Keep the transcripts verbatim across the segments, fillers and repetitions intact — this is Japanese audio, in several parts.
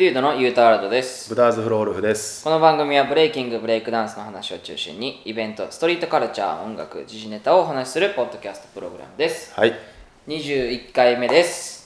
ュードのユータワールドです。 ブダーズフロールフです。 この番組はブレイキング、ブレイクダンスの話を中心にイベント、ストリートカルチャー、音楽、時事ネタをお話しするポッドキャストプログラムです。 はい。 にじゅういっかいめです。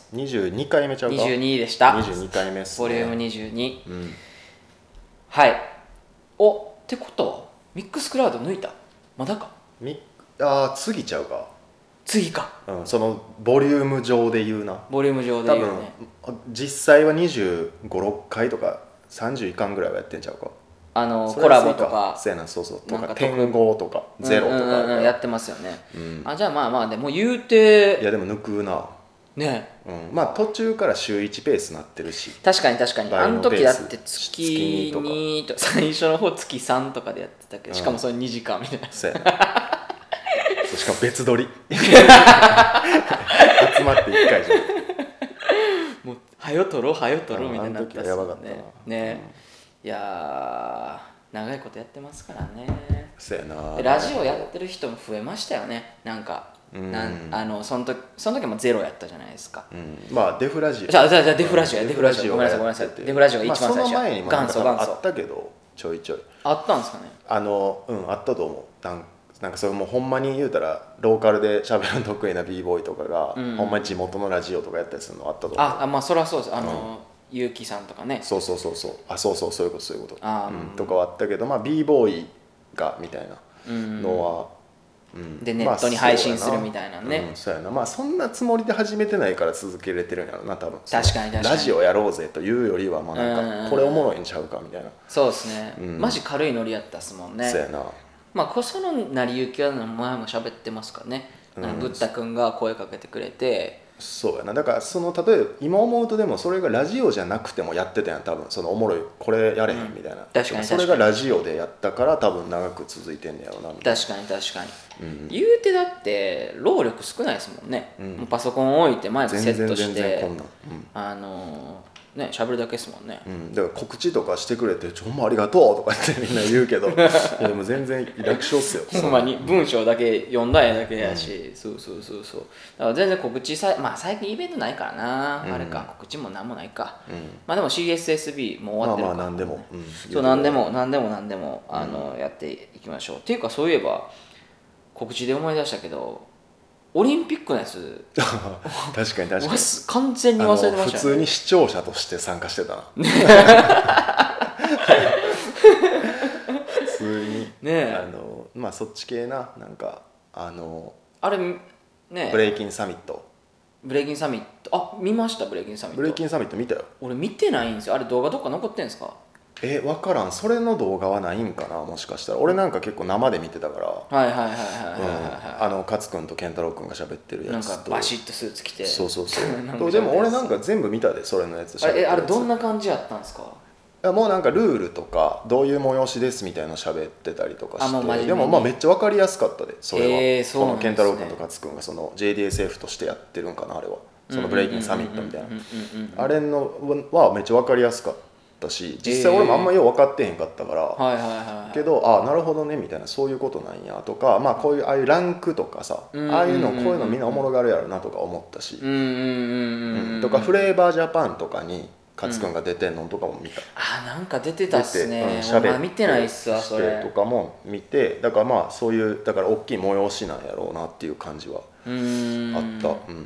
にじゅうにかいめちゃうか。 にじゅうにでした。 にじゅうにかいめです、ね。 ボリュームにじゅうに。 うん、 はい。おってことはミックスクラウド抜いた？まだか。 みあー次ちゃうか。 次か。 うん、そのボリューム上で言うな。 ボリューム上で言うね。 多分実際はにじゅうご、ろっかいとかさんじゅういかんぐらいはやってんちゃうか。 あのコラボとか。 そうやな、そうそうとか点ごとかゼロとか、 うんうんうん、やってますよね。 うん、 あじゃあまあまあでも言うていやでも抜くな。 ね、 うん、まあ途中から週いちペースになってるし。 確かに確かに。あの時だって月にと最初の方月さんとかでやってたけど、しかもそれにじかんみたいな。 そうやな。しかも別撮り集まっていっかいじゃん。 もうはよ撮ろうはよ撮ろうみたいになったっすやばもんね。 かったなね、うん、いやー長いことやってますからね。 そうやな。 ラジオやってる人も増えましたよね。なんか、うん、なんあのその時その時もゼロやったじゃないですか。 うん、まあデフラジオ。 じゃあじゃあじゃあデフラジオやデフラジオごめんなさいごめんなさい。デフラジオが一番最初。 まあ、その前にもなんかあったけどちょいちょい。 あったんですかね。 あのうんあったと思う。なんなんかそれもほんまに言うたらローカルで喋る得意な b ボーイとかが、うんうん、ほんまに地元のラジオとかやったりするのあったと思う。 ああまあそれはそうです。あの、うん、ゆうきさんとかね。 そうそうそうそう。あそうそうそういうことそういうこと。 あ、 うん、とかはあったけどまあ b ボーイがみたいなのは、 うんうん、でネットに配信するみたいなね。 まあ、そうやな。まあそんなつもりで始めてないから続けれてるんやろな多分。 確かに確かに。 ラジオやろうぜというよりはまあなんかこれおもろいんちゃうかみたいな。 そうですね、うん、マジ軽いノリやったっすもんね。 そうやな。 まあこその成り行きは前も喋ってますからね、うん、ブッダ君が声かけてくれて。 そうやな。だからその例えば今思うとでもそれがラジオじゃなくてもやってたやん多分。そのおもろいこれやれへんみたいな、うん、 確かにそれがラジオでやったから多分長く続いてんねやろなみたいな。 確かに確かに、うん、言うてだって労力少ないですもんね、うん、もうパソコン置いてマイクセットして全然全然こんなん、うん、あのーね、喋るだけですもんね、 うん、だから告知とかしてくれて「ちょほんまありがとう」とかってみんな言うけどいやでも全然楽勝っすよほんまに文章だけ読んだ絵だけやし、うん、そうそうそうそう。だから全然告知さ、まあ最近イベントないからな、うん、あれか告知もなんもないか、うん、まあでも シーエスエスビー も終わってるから、 まあまあ何でも、うん、 そう何でも何でも何でもあの、うん、やっていきましょう。っていうかそういえば告知で思い出したけどオリンピックのやつ確かに確かに完全に忘れてましたね。 普通に視聴者として参加してたな普通にねあのまあそっち系ななんかあのあれねブレイキンサミットブレイキンサミットあ見ましたブレイキンサミット。 ブレイキンサミット見たよ。 俺見てないんですよ。あれ動画どっか残ってんですか？ え分からん。それの動画はないんかなもしかしたら。俺なんか結構生で見てたから。 はいはいはいはいはいはい。 あの勝君と健太郎君が喋ってるやつとなんかバシッとスーツ着てそうそうそうでも俺なんか全部見たでそれのやつ。 あれあれどんな感じやったんですか？ いやもうなんかルールとかどういう催しですみたいなの喋ってたりとかして。 あもう真面目にでもまあめっちゃ分かりやすかったでそれは、 えー、そうなんですね。 この健太郎君と勝君がその ジェーディーエスエフ としてやってるんかなあれは。そのブレイキンサミットみたいなあれのはめっちゃ分かりやすかったし実際俺もあんまよう分かってへんかったから、 はいはいはい、 けどああなるほどねみたいなそういうことなんやとかまあこういうああいうランクとかさああいうのこういうのみんなおもろがるやろなとか思ったしとかフレーバージャパンとかに勝君が出てんのとかも見た、うん、 あなんか出てたっすね。 うん、 まあ見てないっすわそれとかも見てだからまあそういうだから大きい催しなんやろうなっていう感じはあった。うん、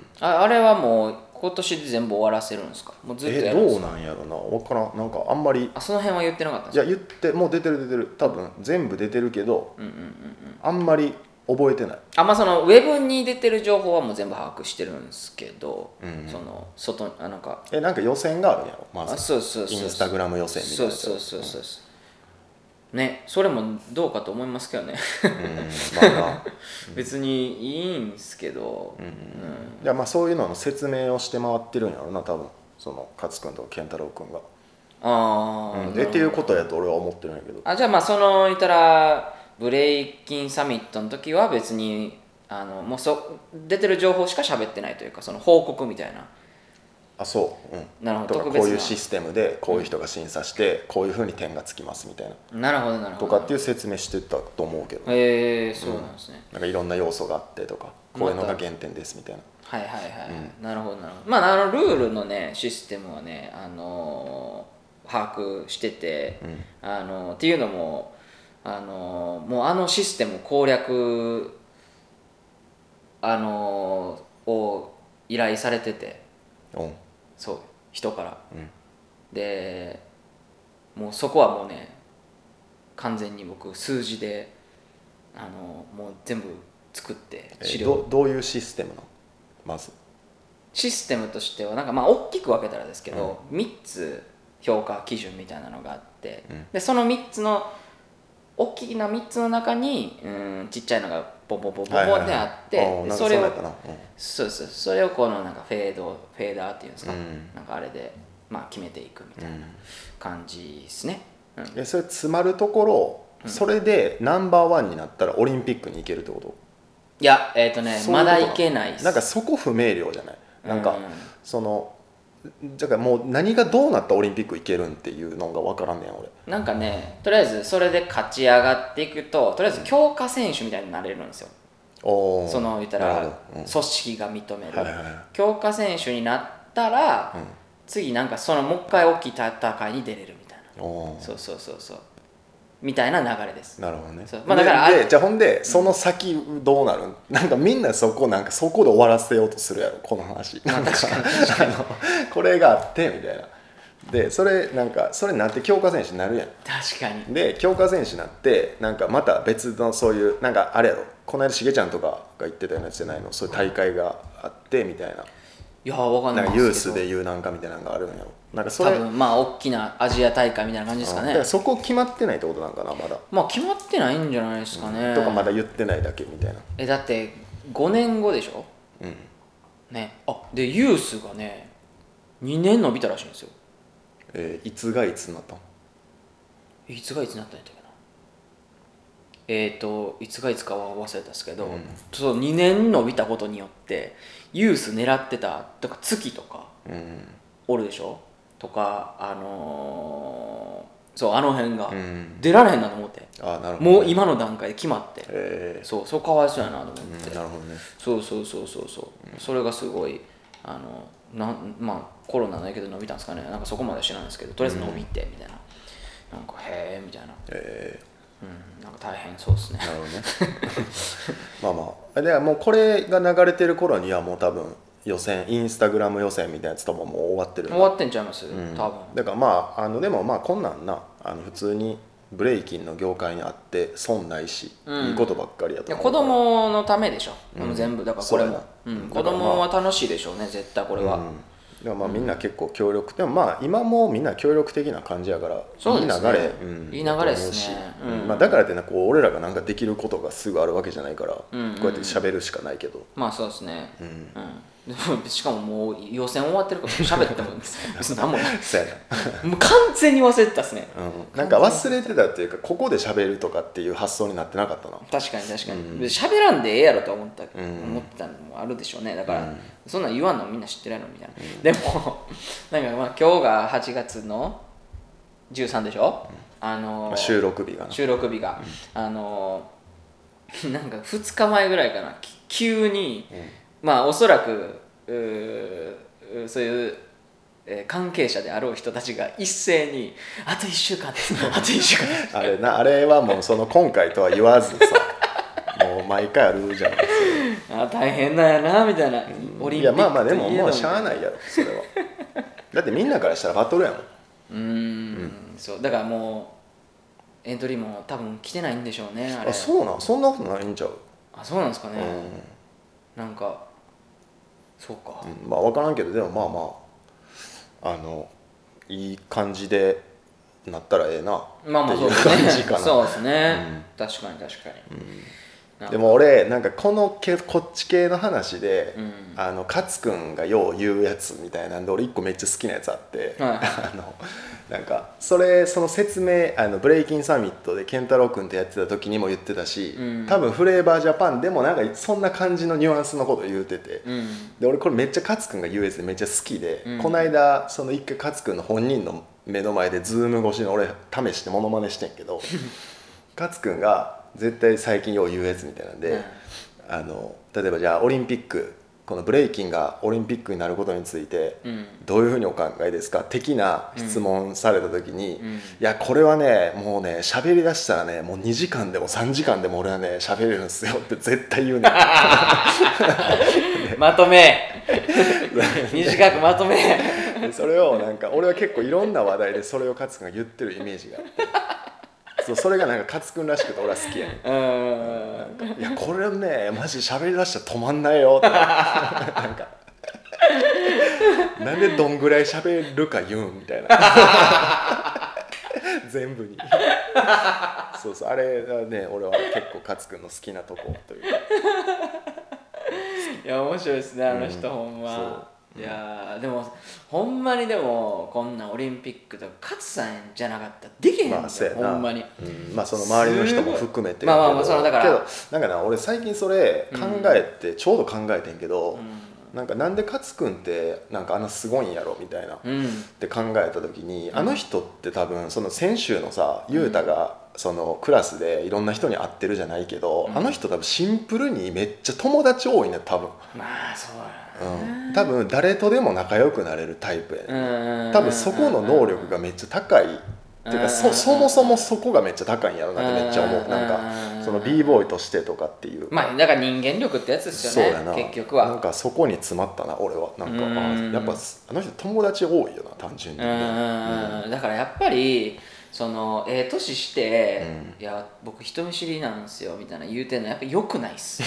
あ, あれはもう今年で全部終わらせるんですか？もうずっとやるんですか？ えどうなんやろな分からん。なんかあんまりあその辺は言ってなかったんですか？ いや言ってもう出てる出てる多分全部出てるけど、うんうんうんうん、あんまり覚えてない。 あまあそのウェブに出てる情報はもう全部把握してるんですけど、うんうん、その外あなんかえなんか予選があるんやろまず。 あそうそうそうインスタグラム予選みたいな。 そうそうそうそう、うん、ねそれもどうかと思いますけどねうんまあまあ別にいいんですけど、 うんうんうん、いやまあそういうのの説明をして回ってるんやろな多分その勝君と健太郎君が。 ああ、 うん、でっていうことやと俺は思ってるんやけど。 あじゃあまあその言ったらブレイキンサミットの時は別にあのもうそ出てる情報しか喋ってないというかその報告みたいな。 あそう、うん、 なるほど。 とかこういうシステムでこういう人が審査してこういうふうに点がつきますみたいな。 なるほどなるほど。 とかっていう説明してたと思うけど。 へえー、そうなんですね、 うん、なんかいろんな要素があってとかこういうのが減点ですみたいな。 はいはいはい、うん、なるほどなるほど。まああのルールのねシステムはねあのー把握してて、 うん、 あのっていうのもあのもうあのシステム攻略あのを依頼されてて、 うん、 そう人から、 うん、 でもうそこはもうね完全に僕数字であのもう全部作って資料、 えー、ど, どういうシステムなのまず。 システムとしてはなんかまあ大きく分けたらですけど、うん、みっつ評価基準みたいなのがあって、うん、でそのみっつの大きなみっつの中に、うん、ちっちゃいのがボボボボボってあって、はいはいはい、それを、うん、そうそうそれをこのなんかフェードフェーダーっていうんですか、うん、なんかあれでまあ決めていくみたいな感じですね、 うん、えそれ詰まるところ、うん、それでナンバーワンになったらオリンピックに行けるってこと？ いやえっ、ー、とねまだ行けないっす。 なんかそこ不明瞭じゃない？なんか、うん、そのだからもう何がどうなったらオリンピック行けるんっていうのが分からんねん俺。 なんかねとりあえずそれで勝ち上がっていくととりあえず強化選手みたいになれるんですよ、うん、その言ったら、うん、組織が認める、はいはいはい、強化選手になったら、うん、次なんかそのもう一回大きい戦いに出れるみたいな、そうそうそうそうみたいな流れです。 なるほどね。 まあ、だからでじゃあほんでその先どうなるん、うん、なんかみんなそこなんかそこで終わらせようとするやろこの話。 まあ、確かに確かにこれがあってみたいな。でそれなんかそれになって強化選手になるやん。 確かに。 で強化選手になってなんかまた別のそういうなんかあれやろこの間しげちゃんとかが言ってたようなやつじゃないの、そういう大会があってみたいな。 いやわかんないですけど、 なんかユースでいうなんかみたいなのがあるんやろ。なんかそれ多分まあ大きなアジア大会みたいな感じですかね。 だからそこ決まってないってことなんかなまだ。 まあ決まってないんじゃないですかね、 うん、とかまだ言ってないだけみたいな。 えだってごねんごでしょ、 うんね、あでユースがねにねん伸びたらしいんですよ。 えー、いつがいつになったの？ いつがいつになったんやったっけな、えっ、ー、といつがいつかは忘れたんですけど、うん、そうにねん伸びたことによってユース狙ってたとか月とか、うん、おるでしょとかあのー、そうあの辺が出られへんなと思って、うん、あなるほど、ね、もう今の段階で決まって、えー、そうそうかわいそうやなと思って、 うん、なるほどね、 そうそうそうそうそう、うん、それがすごいあのなんまあコロナの影響で伸びたんですかね、なんかそこまでは知らないですけどとりあえず伸びてみたいな、うん、なんかへえみたいな、えーうん、なんか大変そうですね。 なるほどねまあまあではもうこれが流れてる頃にはもう多分予選インスタグラム予選みたいなやつとももう終わってる終わってんちゃいます、うん、多分だからまああのでもまあこんなんなあの普通にブレイキンの業界にあって損ないし、うん、いいことばっかりやと思うから。子供のためでしょ、うん、全部だからこれも、うん、子供は楽しいでしょうね絶対これは、うんでもまあみんな結構協力、うん、でもまあ今もみんな協力的な感じやからそうです、ね、 いい流れ、 うん、いい流れですね、 うんまあ、だからってなこう俺らがなんかできることがすぐあるわけじゃないから、うんうんうん、こうやって喋るしかないけどまあそうですね、うんうん、しかももう予選終わってるから喋っても別に何もないそうやなもう完全に忘れてたっすね、 うん、なんか忘れてたっていうかここで喋るとかっていう発想になってなかったな。 確かに確かに喋、うん、らんでええやろと思った、うん、思ってたのもあるでしょうねだから、うん、そんなん言わんのみんな知ってないのみたいな、うん、でもなんかまあ今日がはちがつのじゅうさんでしょ、うん、あのー、 収録日がな収録日が、うん、あのー、なんかふつかまえぐらいかな急に、うん、まあおそらくうそういう、えー、関係者であろう人たちが一斉にあといっしゅうかんですあといっしゅうかんですあれなあれはもうその今回とは言わずさもう毎回あるじゃないですかあ大変なんやなみたいな、 うん、オリンピックいやまあまあでももうしゃあないやろそれはだってみんなからしたらバトルやもんうーん、うん、そうだからもうエントリーも多分来てないんでしょうねあれ。 あそうなんそんなことないんちゃう。 あそうなんですかね、うん、なんかそうか、 うん、まあ分からんけどでもまあまああのいい感じでなったらええなまあまあそうですねそうですね、うん、確かに確かに、うんでも俺なんかこのけこっち系の話で、うん、あの勝くんがよう言うやつみたいなんで俺一個めっちゃ好きなやつあって、はい、あのなんかそれその説明あのブレイキンサミットで健太郎くんとやってた時にも言ってたし、うん、多分フレーバージャパンでもなんかそんな感じのニュアンスのこと言うてて、うん、で俺これめっちゃ勝くんが言うやつでめっちゃ好きで、うん、この間その一回勝くんの本人の目の前でズーム越しの俺試してモノマネしてんけど勝くんが絶対最近よう言うやつみたいなんで、うん、あの例えばじゃあオリンピックこのブレイキンがオリンピックになることについてどういうふうにお考えですか的な質問された時に、うんうん、いやこれはねもうね喋りだしたらねもうにじかんでもさんじかんでも俺はね喋れるんですよって絶対言うねまとめ短くまとめそれをなんか俺は結構いろんな話題でそれを勝君が言ってるイメージがあってそうそれがなんか勝君らしくて俺は好きやねん。うんいやこれねマジ喋りだしたら止まんないよってなんかなんでどんぐらい喋るか言うんみたいな全部にそうそうあれはね俺は結構勝君の好きなとこというかいや面白いですねあの人、うん、ほんまいやでもほんまにでもこんなオリンピックとか勝さんじゃなかったらできへんんですよ、まあ、ほんまに、 うん、まあその周りの人も含めてまあまあまあそのだからけどなんかな俺最近それ考えて、うん、ちょうど考えてんけど、うんなんかなんで勝君ってなんかあんなすごいんやろみたいな、うん、って考えた時に、うん、あの人って多分その先週のさ雄太がそのクラスでいろんな人に会ってるじゃないけど、うん、あの人多分シンプルにめっちゃ友達多いね多分まあそうやな、うん、多分誰とでも仲良くなれるタイプやね多分そこの能力がめっちゃ高いっていうか そ, そもそもそこがめっちゃ高いんやろなってめっちゃ思うなんかその b ボーイとしてとかっていうまあだから人間力ってやつですよねそうやな結局はなんかそこに詰まったな俺はなんかあやっぱあの人友達多いよな単純に、ねうん、だからやっぱりそのええ年して、うん、いや僕人見知りなんですよみたいな言うてんのやっぱ良くないっす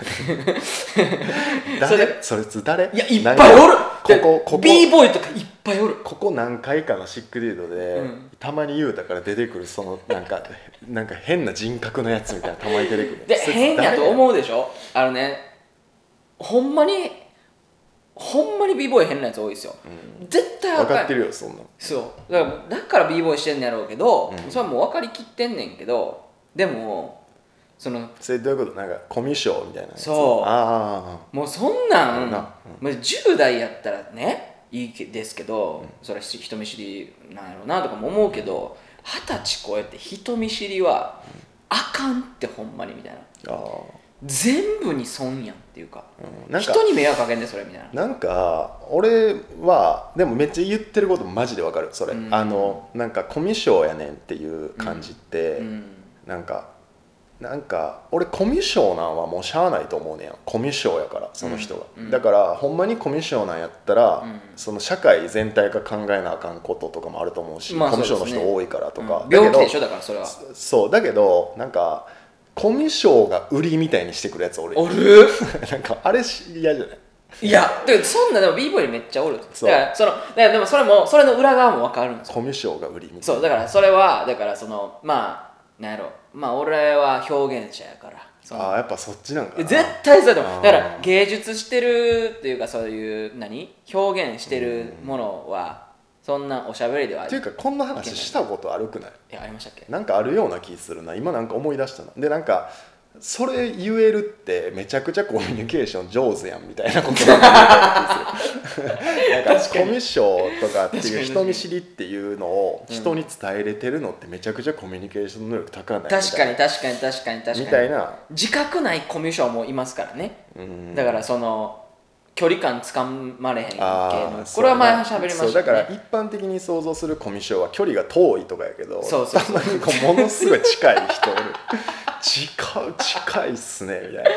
誰そいつ誰いやいっぱいおるここここ b ボーイとかいっぱいおるここ何回かのシックディードで、うん、たまに雄太から出てくるそのなんかなんか変な人格のやつみたいなたまに出てくるで変やと思うでしょあのねほんまにほんまに b ボーイ変なやつ多いですよ、うん、絶対分かってるよそんなそうだからだから b ボーイしてんのやろうけど、うん、それはもう分かりきってんねんけどでもそのそれどういうことなんかコミュ障みたいなやつそうあもうそんなん、うん、じゅう代やったらねいいですけど、うん、それは人見知りなんやろうなとかも思うけど二十歳超えて人見知りはあかんってほんまにみたいなあ全部に損やんっていうか、うん、なんか人に迷惑かけんねそれみたいななんか俺はでもめっちゃ言ってることマジでわかるそれ、うん、あのなんかコミュ障やねんっていう感じって、うんうん、なんかなんか俺コミュ障なんはもうしゃあないと思うねやコミュ障やからその人が、うんうん、だからほんまにコミュ障なんやったら、うん、その社会全体が考えなあかんこととかもあると思うし、まあそうですね、コミュ障の人多いからとか、 うん、病気でしょだからそれはそうだけどなんかコミュ障が売りみたいにしてくるやつ俺おるなんかあれ嫌じゃないいやでもそんなでも b ボーイめっちゃおるだからそのだからでもそれもそれの裏側も分かるんですよコミュ障が売りみたいなそうだからそれはだからそのまあなんやろまあ俺は表現者やからああやっぱそっちなんかな絶対そうだと思うだから芸術してるっていうかそういう何表現してるものはそんなおしゃべりではあるっていうかこんな話したことあるくないいやありましたっけなんかあるような気するな今なんか思い出したなでなんかそれ言えるってめちゃくちゃコミュニケーション上手やんみたいなことなんかなんかコミュ障とかっていう人見知りっていうのを人に伝えれてるのってめちゃくちゃコミュニケーション能力高ないみたいな確かに確かに確かに確かにみたいな自覚ないコミュ障もいますからねうんだからその距離感つかまれへん系のこれは前喋りましたねそうだから一般的に想像するコミュ障は距離が遠いとかやけどそうそうそうたまにこうものすごい近い人おる近い近いっすねみたい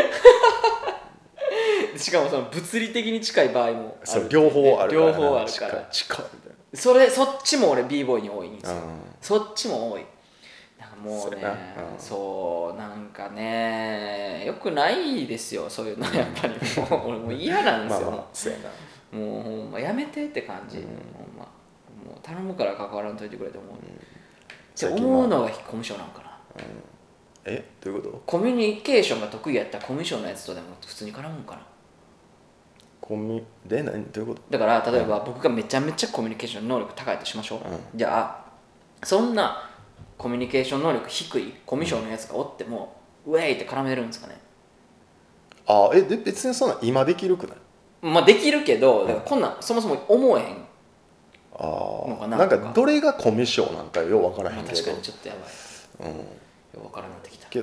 なしかもその物理的に近い場合もあるそう両方あるから両方あるから近い近いみたいなそれそっちも俺 b ボーイに多いんですよ、うん、そっちも多いなんかもうねそう、うん、そうなんかねよくないですよそういうのやっぱりもう俺もう嫌なんですよまあまあそうやなもうほんまやめてって感じ、うん、ほんまもう頼むから関わらんといてくれと思う、うん、って思うのがコミュ障なんかな、うんえどういうこと？ コミュニケーションが得意やったらコミュ障のやつとでも普通に絡むんかな。 コミで何どういうこと？ だから例えば僕がめちゃめちゃコミュニケーション能力高いとしましょう、うん、じゃあそんなコミュニケーション能力低いコミュ障のやつがおっても、うん、ウェイって絡めるんですかね。 あえで別にそんな今できるくない？ まあできるけどだからこんなんそもそも思えへんあのかな。なんかどれがコミュ障なんかよう分からへんけど、 まあ、確かにちょっとやばい、うん分からなってきたけど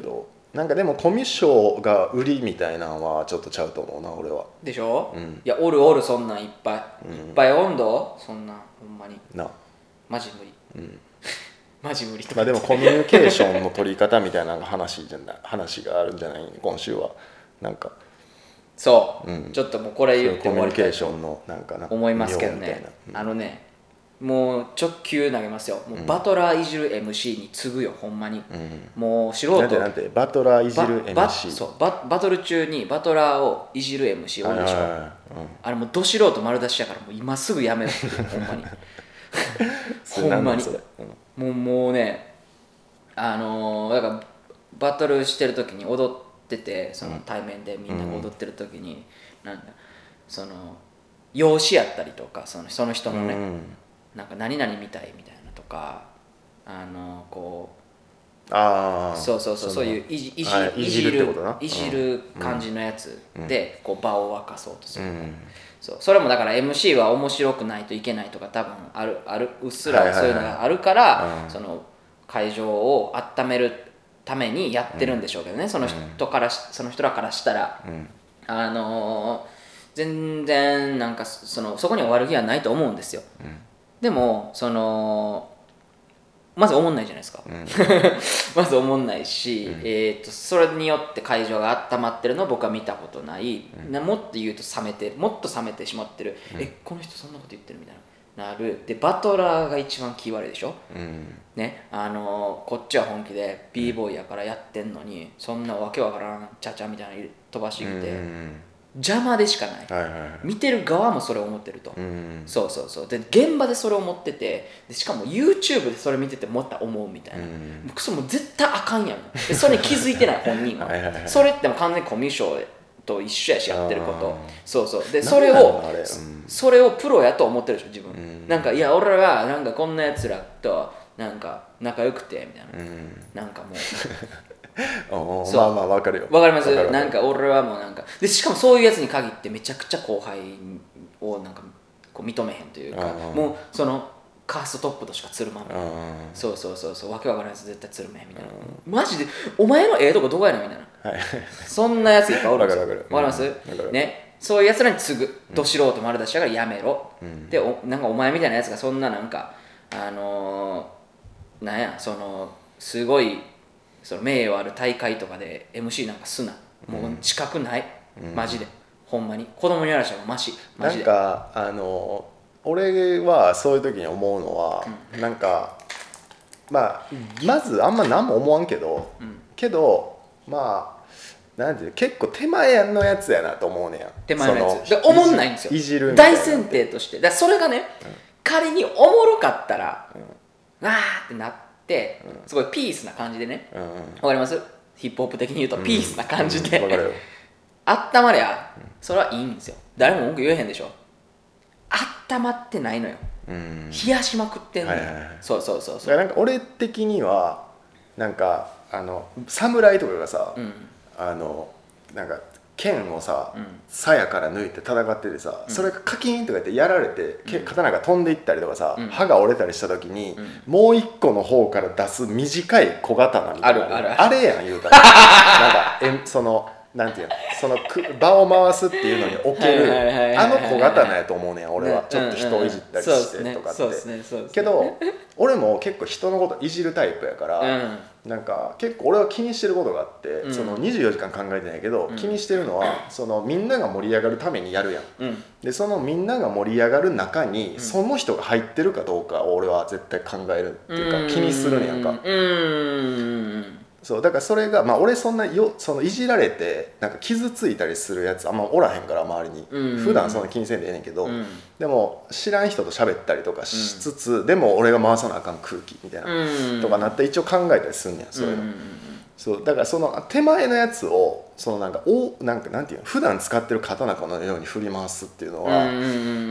なんかでもコミュ障が売りみたいなのはちょっとちゃうと思うな俺は。 でしょ、 うん、 いやおるおるそんなんいっぱい、うん、いっぱいおんどそんなんほんまになマジ無理、うん、マジ無理とか。 まあでもコミュニケーションの取り方みたいな話じゃない話があるんじゃない今週はなんかそう、うん、ちょっともうこれ言って終わりたいコミュニケーションのなんかな思いますけどね、うん、あのねもう直球投げますよ。もうバトラーいじる エムシー に次ぐよほんまに、うん、もう素人なんてなんてバトラーいじる エムシーそう バ, バトル中にバトラーをいじる エムシー おるでしょ、うん、あれもうど素人丸出しやからもう今すぐやめろってほんまにほんまに、うん、もうもうねあのー、だからバトルしてる時に踊っててその対面でみんなが踊ってる時に、うん、なんだその容姿やったりとかそのその人のね、うんなんか何々みたいみたいなとかあのこうあそうそうそうそういういじいじいじるいじる感じのやつでこう場を沸かそうとする、うん、そうそれもだから エムシー は面白くないといけないとか多分あるあるうっすらそういうのがあるから、その会場を温めるためにやってるんでしょうけどね、うん、その人からその人らからしたら、うん、あのー、全然なんかそのそこには悪気はないと思うんですよ。うんでもそのまずおもんないじゃないですか、うん、まずおもんないし、うんえー、とそれによって会場が温まってるのを僕は見たことない、うん、もっと言うと冷めてもっと冷めてしまってる、うん、えこの人そんなこと言ってるみたいななるでバトラーが一番気悪いでしょ、うんねあのー、こっちは本気で b ボーイやからやってんのにそんなわけわからんチャチャみたいな飛ばしぎて、うん邪魔でしかない、はいはいはい、見てる側もそれを思ってると、うん、そうそうそうで現場でそれを思っててでしかも YouTube でそれ見ててもっと思うみたいな、うん、それも絶対あかんやんでそれに気づいてない本人ははいはい、はい、それっても完全にコミュ障と一緒やしやってることそうそうでそれを、うん、それをプロやと思ってるでしょ自分、うん、なんかいや俺はなんかこんなやつらとなんか仲良くてみたいな、うん、なんかもうそうまあまあ分かるよ分かりますなんか俺はもうなんかでしかもそういうやつに限ってめちゃくちゃ後輩をなんかこう認めへんというかもうそのカーストトップとしかつるまんみたいなそうそうそうそうわけわからないやつ絶対つるめへんみたいなマジでお前のええとこどこやねんみたいな、はい、そんなやついっぱいおるんですよ分かります、うん、ねそういうやつらに次ぐど素人丸出しだからやめろ、うん、でおなんかお前みたいなやつがそんななんかあのー、なんやそのすごいその名誉ある大会とかで エムシー なんかすなもう近くない、うん、マジでほんまに子供にやらしたらマシマジでなんかあの俺はそういう時に思うのは、うん、なんかまあまずあんま何も思わんけど、うん、けどまあなんていう結構手前のやつやなと思うねや手前のやつで思んないんですよいじる大前提としてだそれがね、うん、仮におもろかったら、うん、わーってなってで、うん、すごいピースな感じでね、うんうん、わかりますヒップホップ的に言うとピースな感じで、うんうん、あったまりゃそれはいいんですよ誰も文句言えへんでしょあったまってないのよ、うん、冷やしまくってんのよ、はいはいはい、そうそうそうそうなんか俺的にはなんかあの侍とかがさ、うん、あのなんか剣をさ、うん、鞘から抜いて戦っててさ、うん、それがカキーンとか言ってやられて、うん、刀が飛んでいったりとかさ、うん、歯が折れたりした時に、うん、もう一個の方から出す短い小刀みたいなあ, るあ, るあれやん言うたらなんかえそのなんていうのその場を回すっていうのにおけるあの小刀やと思うねん俺は、ね、ちょっと人をいじったりしてとかってけど俺も結構人のこといじるタイプやから、うんなんか結構俺は気にしてることがあって、うん、そのにじゅうよじかん考えてないけど、うん、気にしてるのはそのみんなが盛り上がるためにやるやん、うん、でそのみんなが盛り上がる中に、うん、その人が入ってるかどうかを俺は絶対考えるっていうか、うん、気にするねやんか、うんそうだからそれがまあ俺そんなよそのいじられてなんか傷ついたりするやつあんまおらへんから周りに、うん、普段そんな気にせんでええねんけど、うん、でも知らん人と喋ったりとかしつつ、うん、でも俺が回さなあかん空気みたいな、うん、とかなって一応考えたりすんねんそういうの、うん、そうだからその手前のやつをそのなんかおなんかなんていうの普段使ってる刀かのように振り回すっていうのは、うん、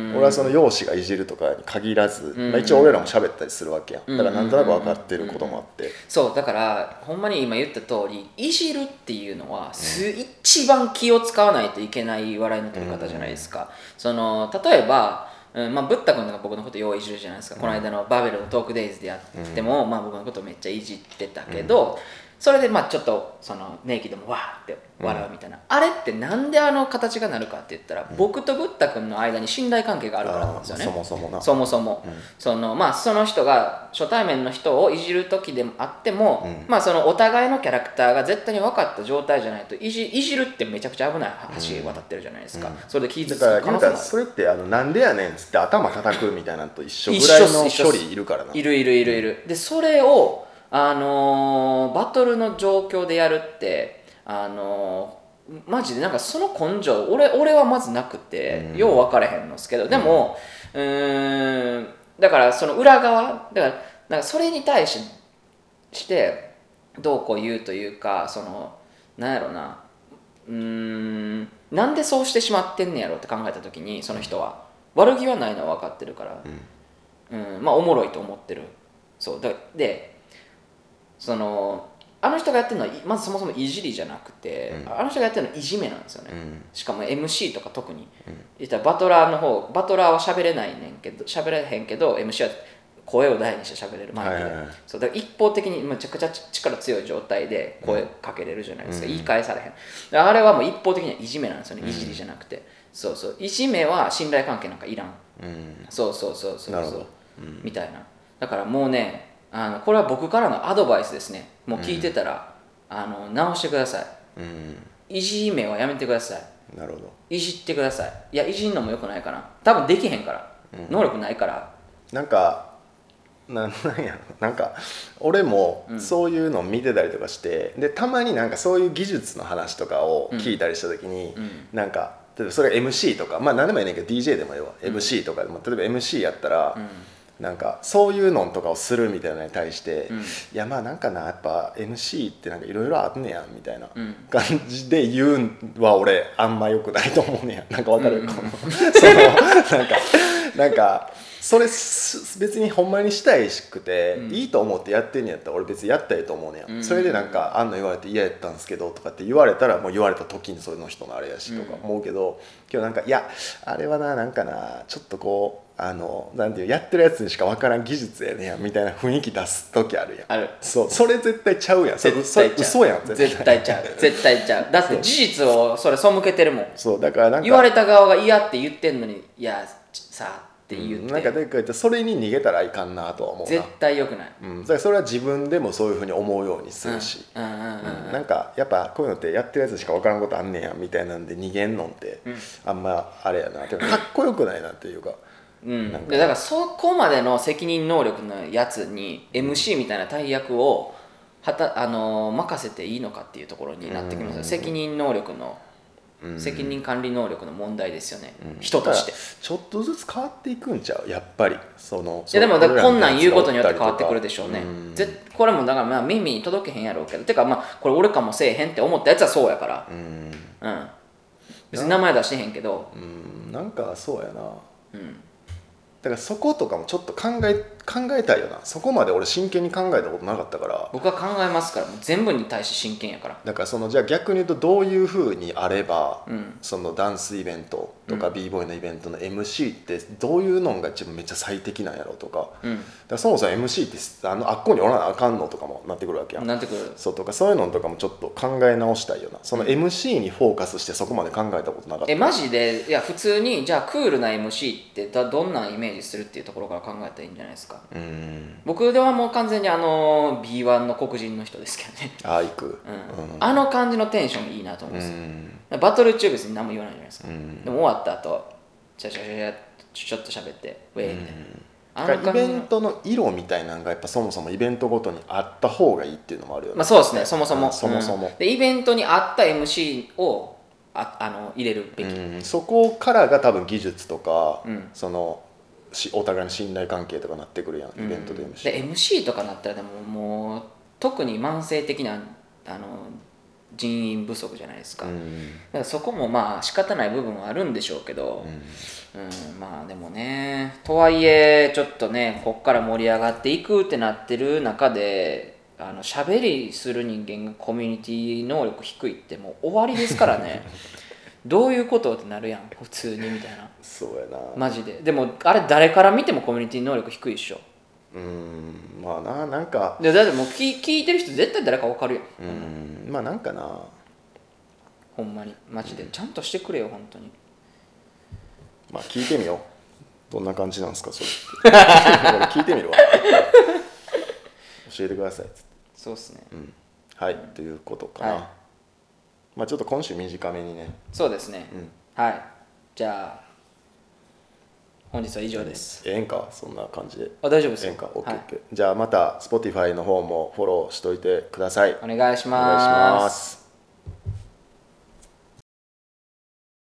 俺はその容姿がいじるとかに限らず、うんまあ、一応俺らも喋ったりするわけやんだからなんとなく分かってることもあって、うん、 そうだからほんまに今言った通りいじるっていうのはす、うん、一番気を使わないといけない笑いの取り方じゃないですか、うん、その例えばうんまあ、ブッダ君が僕のことよういじるじゃないですか、うん、この間のバベルのトークデイズでやっても、うんまあ、僕のことめっちゃいじってたけど、 それでまあちょっとそのネイキでもわーって笑うみたいな、うん、あれってなんであの形がなるかって言ったら、うん、僕とブッダ君の間に信頼関係があるからなんですよね。 そもそもなそもそも、うん、そのまあその人が初対面の人をいじる時でもあっても、うん、まあそのお互いのキャラクターが絶対に分かった状態じゃないといじ、いじるってめちゃくちゃ危ない橋渡ってるじゃないですか、うん、それで傷つく可能性もある。 それってあのなんでやねんっつって頭叩くみたいなのと一緒ぐらいの距離いるからな。 いるいるいるいる、うん、でそれをあのー、バトルの状況でやるってあのー、マジでなんかその根性 俺, 俺はまずなくて、うん、よう分からへんのですけど、でも、うん、うーんだからその裏側だからなんかそれに対ししてどうこう言うというか、そのなんやろな、うーんなんでそうしてしまってんねやろって考えた時に、その人は悪気はないのは分かってるから、うん、うん、まあおもろいと思ってる。そうだでそのあの人がやってるのはまずそもそもいじりじゃなくて、うん、あの人がやってるのはいじめなんですよね、うん、しかも エムシー とか特に、うん、言ったらバトラーの方バトラーは喋れないねんけど喋れへんけど エムシー は声を大にして喋れるマイクで、はいはいはい、そうだから一方的にめちゃくちゃ力強い状態で声かけれるじゃないですか、うん、言い返されへん。あれはもう一方的にはいじめなんですよね、うん、いじりじゃなくて、そうそういじめは信頼関係なんかいらん、うん、そうそうそうそうそう、うん、みたいな。だからもうねあのこれは僕からのアドバイスですね。もう聞いてたら、うん、あの直してください、うん、いじめはやめてください。 なるほど。 いじってください。いやいじんのもよくないかな、多分できへんから、うん、能力ないから。 なんかなんなんやろなんか俺もそういうのを見てたりとかして、うん、でたまになんかそういう技術の話とかを聞いたりした時に、うん、なんか例えばそれ エムシー とかまあ何でもいいねんけど ディージェー でもいいわ、うん、エムシー とかでも例えば エムシー やったら、うんなんかそういうのとかをするみたいなのに対して、うん、いやまあなんかなやっぱ エムシー ってなんかいろいろあんねやみたいな感じで言うんは俺あんま良くないと思うねや。なんかわかる、うん、そのなんかなんかそれ別にほんまにしたいしくて、うん、いいと思ってやってんやったら俺別にやったらいいと思うねや、うん、それでなんかあんの言われて嫌やったんですけどとかって言われたらもう言われた時にそれの人のあれやしとか思うけど、今日なんかいやあれはななんかなちょっとこうあのなんていうやってるやつにしか分からん技術やねやみたいな雰囲気出す時あるやん。 ある。 そうそれ絶対ちゃうやん。絶対ちゃう。嘘やん絶対。絶対ちゃう絶対ちゃう。だって事実をそれ背けてるもん。 そうだからなんか言われた側が嫌って言ってんのにいやさあって言って、うん、 なんか誰か言ってそれに逃げたらいかんなとは思うな。 絶対良くない、 うん、だからそれは自分でもそういうふうに思うようにするし、なんかやっぱこういうのってやってるやつしか分からんことあんねやみたいなんで逃げんのって、うん、あんまあれやなかっこよくないなっていうか。 うん、なんかでだからそこまでの責任能力のやつに エムシー みたいな大役をはた、あのー、任せていいのかっていうところになってきますよ。責任能力の、うん、責任管理能力の問題ですよね、うん、人としてちょっとずつ変わっていくんちゃうやっぱりそのいやでもだこんなん言うことによって変わってくるでしょうね、うん、ぜこれもだからまあ耳に届けへんやろうけどてかまあこれ俺かもせえへんって思ったやつはそうやから、うんうん、別に名前出してへんけど、 うん、なんかそうやな、うんだからそことかもちょっと考え考えたいよな。そこまで俺真剣に考えたことなかったから。 僕は考えますから。もう全部に対して真剣やから。 だからそのじゃあ逆に言うとどういうふうにあれば、うん、そのダンスイベントとか b ボーイのイベントの エムシー ってどういうのが一番めっちゃ最適なんやろうとか、うん、だからそもそも エムシー ってあのあっこにおらなあかんのとかもなってくるわけやん。 なってくる。 そうとかそういうのとかもちょっと考え直したいよな。その エムシー にフォーカスしてそこまで考えたことなかった。 えマジでいや普通にじゃあクールな エムシー ってどんなイメージするっていうところから考えたらいいんじゃないですか。うん僕ではもう完全にあの ビーワン の黒人の人ですけどね。 ああいく、うんうん、 あの感じのテンションいいなと思うんですよ、うん、バトル中別に何も言わないじゃないですか、うん、でも終わった後ちゃちゃちゃちょっと喋ってウェイみたいな、うん、 あのイベントの色みたいなのがやっぱそもそもイベントごとにあった方がいいっていうのもあるよね。 まあそうですねそもそも、 うん、そもそも、 うん、でイベントに合った エムシー をああの入れるべき、 うん、そこからが多分技術とか、うん、そのお互いの信頼関係とかなってくるやん、イベントで エムシー、 うん、で エムシー とかなったらでももう特に慢性的なあの人員不足じゃないですか、うん、だからそこもまあ仕方ない部分はあるんでしょうけど、うんうん、まあでもねとはいえちょっとねこっから盛り上がっていくってなってる中であの喋りする人間がコミュニティ能力低いってもう終わりですからねどういうことってなるやん普通にみたいな。 そうやなマジで。でもあれ誰から見てもコミュニティ能力低いっしょ。 うんまあななんかでだってもう聞聞いてる人絶対誰か分かるよ。 うんまあなんかなほんまにマジでちゃんとしてくれよ本当に。 まあ聞いてみようどんな感じなんですかそれって俺聞いてみるわ教えてくださいっつって。 そうっすね、 うん、はい、うん、ということかな、はい、まあちょっと今週短めにね。 そうですね、うん、はいじゃあ本日は以上です。 ええんかそんな感じで。 あ大丈夫ですよ。ええんか オーケーオーケー、はい、じゃあまた Spotify の方もフォローしといてください。 お願いします。 お願いします。